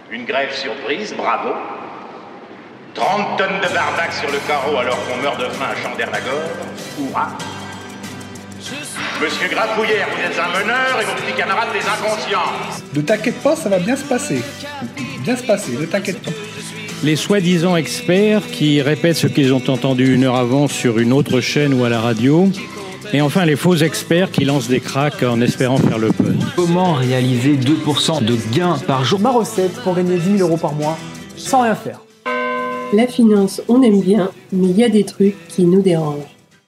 Une grève surprise, bravo. 30 tonnes de barbac sur le carreau alors qu'on meurt de faim à Chandernagore, hurrah. Monsieur Grapouillère, vous êtes un meneur et vos petits camarades des inconscients. Ne t'inquiète pas, ça va bien se passer. Bien se passer, ne t'inquiète pas. Les soi-disant experts qui répètent ce qu'ils ont entendu une heure avant sur une autre chaîne ou à la radio. Et enfin, les faux experts qui lancent des cracks en espérant faire le buzz. Comment réaliser 2% de gains par jour? Ma recette pour gagner 10 000 € par mois, sans rien faire. La finance, on aime bien, mais il y a des trucs qui nous dérangent.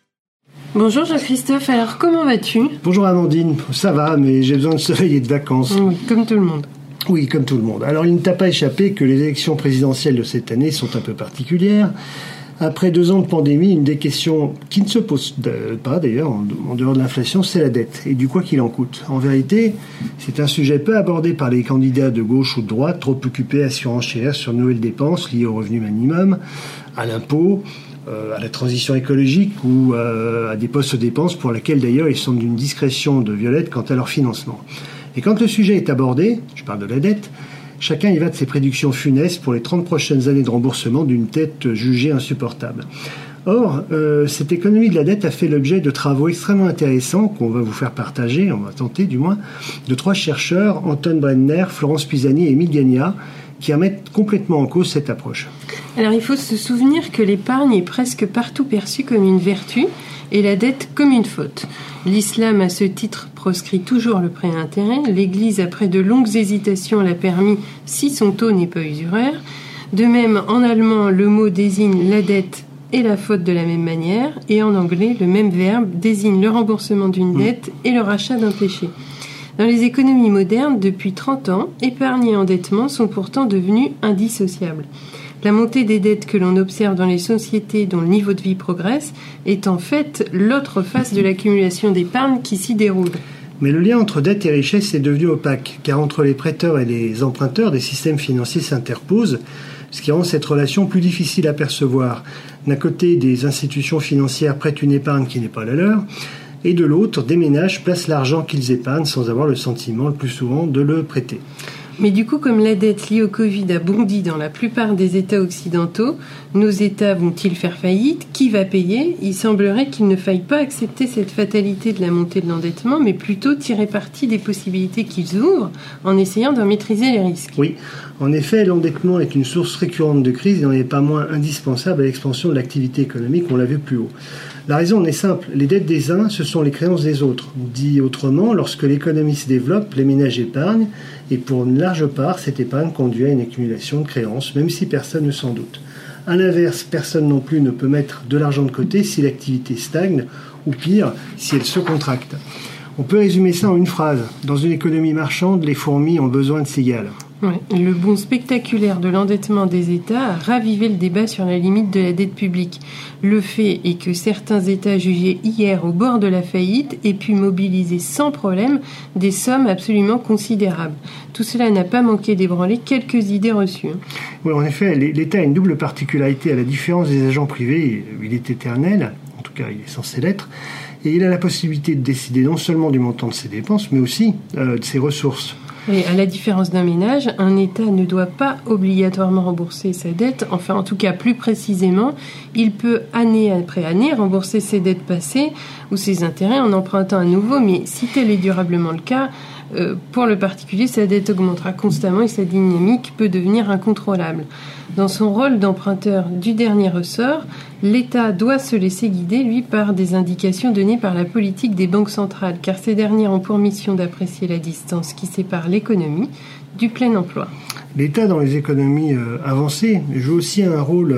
Bonjour Jean-Christophe, alors comment vas-tu ? Bonjour Amandine, ça va, mais j'ai besoin de soleil et de vacances. Oui, comme tout le monde. Oui, comme tout le monde. Alors il ne t'a pas échappé que les élections présidentielles de cette année sont un peu particulières. Après 2 ans de pandémie, une des questions qui ne se pose pas d'ailleurs, en dehors de l'inflation, c'est la dette, et du quoi qu'il en coûte. En vérité, c'est un sujet peu abordé par les candidats de gauche ou de droite, trop occupés à surenchérir sur de nouvelles dépenses liées au revenu minimum, à l'impôt, à la transition écologique ou à des postes de dépenses pour lesquels d'ailleurs ils sont d'une discrétion de violette quant à leur financement. Et quand le sujet est abordé, je parle de la dette, chacun y va de ses prédictions funestes pour les 30 prochaines années de remboursement d'une dette jugée insupportable. Or, cette économie de la dette a fait l'objet de travaux extrêmement intéressants qu'on va vous faire partager, on va tenter du moins, de 3 chercheurs, Anton Brenner, Florence Pisani et Émile Gagna, qui remettent complètement en cause cette approche. Alors il faut se souvenir que l'épargne est presque partout perçue comme une vertu et la dette comme une faute. L'islam, à ce titre, proscrit toujours le prêt à intérêt. L'Église, après de longues hésitations, l'a permis si son taux n'est pas usuraire. De même, en allemand, le mot désigne la dette et la faute de la même manière. Et en anglais, le même verbe désigne le remboursement d'une dette et le rachat d'un péché. Dans les économies modernes, depuis 30 ans, épargne et endettement sont pourtant devenus indissociables. La montée des dettes que l'on observe dans les sociétés dont le niveau de vie progresse est en fait l'autre face de l'accumulation d'épargne qui s'y déroule. Mais le lien entre dette et richesse est devenu opaque, car entre les prêteurs et les emprunteurs, des systèmes financiers s'interposent, ce qui rend cette relation plus difficile à percevoir. D'un côté, des institutions financières prêtent une épargne qui n'est pas la leur, et de l'autre, des ménages placent l'argent qu'ils épargnent sans avoir le sentiment le plus souvent de le prêter. Mais du coup, comme la dette liée au Covid a bondi dans la plupart des États occidentaux, nos États vont-ils faire faillite ? Qui va payer ? Il semblerait qu'il ne faille pas accepter cette fatalité de la montée de l'endettement, mais plutôt tirer parti des possibilités qu'ils ouvrent en essayant d'en maîtriser les risques. Oui, en effet, l'endettement est une source récurrente de crise et n'en est pas moins indispensable à l'expansion de l'activité économique, on l'a vu plus haut. La raison en est simple, les dettes des uns, ce sont les créances des autres. Dit autrement, lorsque l'économie se développe, les ménages épargnent, et pour une large part, cette épargne conduit à une accumulation de créances, même si personne ne s'en doute. À l'inverse, personne non plus ne peut mettre de l'argent de côté si l'activité stagne, ou pire, si elle se contracte. On peut résumer ça en une phrase. Dans une économie marchande, les fourmis ont besoin de cigales. Ouais. Le bond spectaculaire de l'endettement des États a ravivé le débat sur la limite de la dette publique. Le fait est que certains États jugés hier au bord de la faillite aient pu mobiliser sans problème des sommes absolument considérables. Tout cela n'a pas manqué d'ébranler quelques idées reçues. Oui, en effet, l'État a une double particularité. À la différence des agents privés, il est éternel, en tout cas il est censé l'être, et il a la possibilité de décider non seulement du montant de ses dépenses, mais aussi de ses ressources. Et à la différence d'un ménage, un État ne doit pas obligatoirement rembourser sa dette. Enfin, en tout cas, plus précisément, il peut année après année rembourser ses dettes passées ou ses intérêts en empruntant à nouveau. Mais si tel est durablement le cas, pour le particulier, sa dette augmentera constamment et sa dynamique peut devenir incontrôlable. Dans son rôle d'emprunteur du dernier ressort, l'État doit se laisser guider, lui, par des indications données par la politique des banques centrales, car ces dernières ont pour mission d'apprécier la distance qui sépare l'économie du plein emploi. L'État, dans les économies avancées, joue aussi un rôle,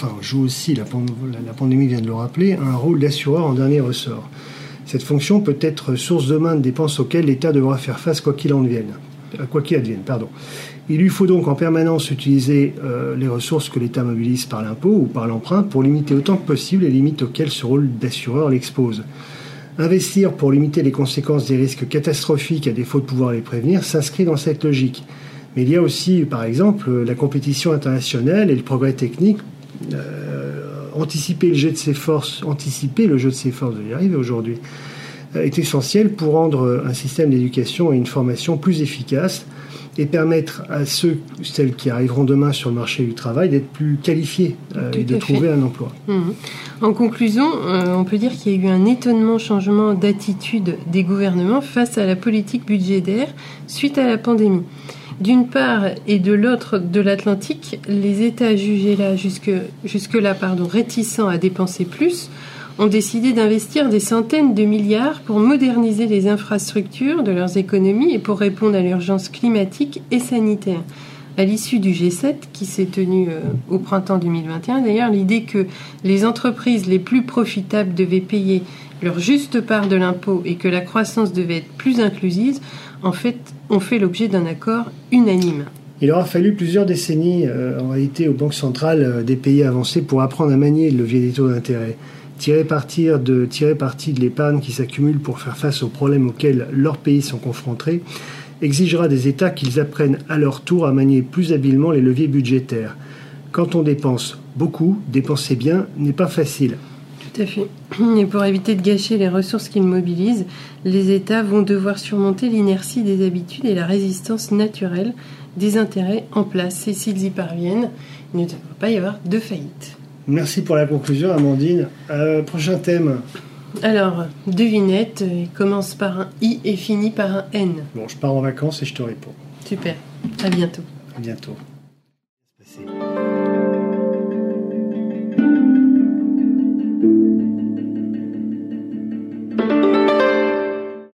la pandémie vient de le rappeler, un rôle d'assureur en dernier ressort. Cette fonction peut être source demain de dépenses auxquelles l'État devra faire face quoi qu'il advienne. Il lui faut donc en permanence utiliser les ressources que l'État mobilise par l'impôt ou par l'emprunt pour limiter autant que possible les limites auxquelles ce rôle d'assureur l'expose. Investir pour limiter les conséquences des risques catastrophiques à défaut de pouvoir les prévenir s'inscrit dans cette logique. Mais il y a aussi, par exemple, la compétition internationale et le progrès technique. Anticiper le jeu de ses forces, je vais y arriver aujourd'hui, est essentiel pour rendre un système d'éducation et une formation plus efficace et permettre à celles qui arriveront demain sur le marché du travail d'être plus qualifiés et de trouver un emploi. En conclusion, on peut dire qu'il y a eu un étonnant changement d'attitude des gouvernements face à la politique budgétaire suite à la pandémie. D'une part et de l'autre de l'Atlantique, les États jugés là jusque-là réticents à dépenser plus ont décidé d'investir des centaines de milliards pour moderniser les infrastructures de leurs économies et pour répondre à l'urgence climatique et sanitaire. À l'issue du G7, qui s'est tenu au printemps 2021, d'ailleurs, l'idée que les entreprises les plus profitables devaient payer leur juste part de l'impôt et que la croissance devait être plus inclusive, en fait, ont fait l'objet d'un accord unanime. Il aura fallu plusieurs décennies, en réalité, aux banques centrales des pays avancés pour apprendre à manier le levier des taux d'intérêt. Tirer parti de l'épargne qui s'accumule pour faire face aux problèmes auxquels leurs pays sont confrontés exigera des États qu'ils apprennent à leur tour à manier plus habilement les leviers budgétaires. Quand on dépense beaucoup, dépenser bien n'est pas facile. Tout à fait. Et pour éviter de gâcher les ressources qu'ils mobilisent, les États vont devoir surmonter l'inertie des habitudes et la résistance naturelle des intérêts en place. Et s'ils y parviennent, il ne devrait pas y avoir de faillite. Merci pour la conclusion, Amandine. Prochain thème. Alors, devinette, il commence par un I et finit par un N. Bon, je pars en vacances et je te réponds. Super. À bientôt. À bientôt.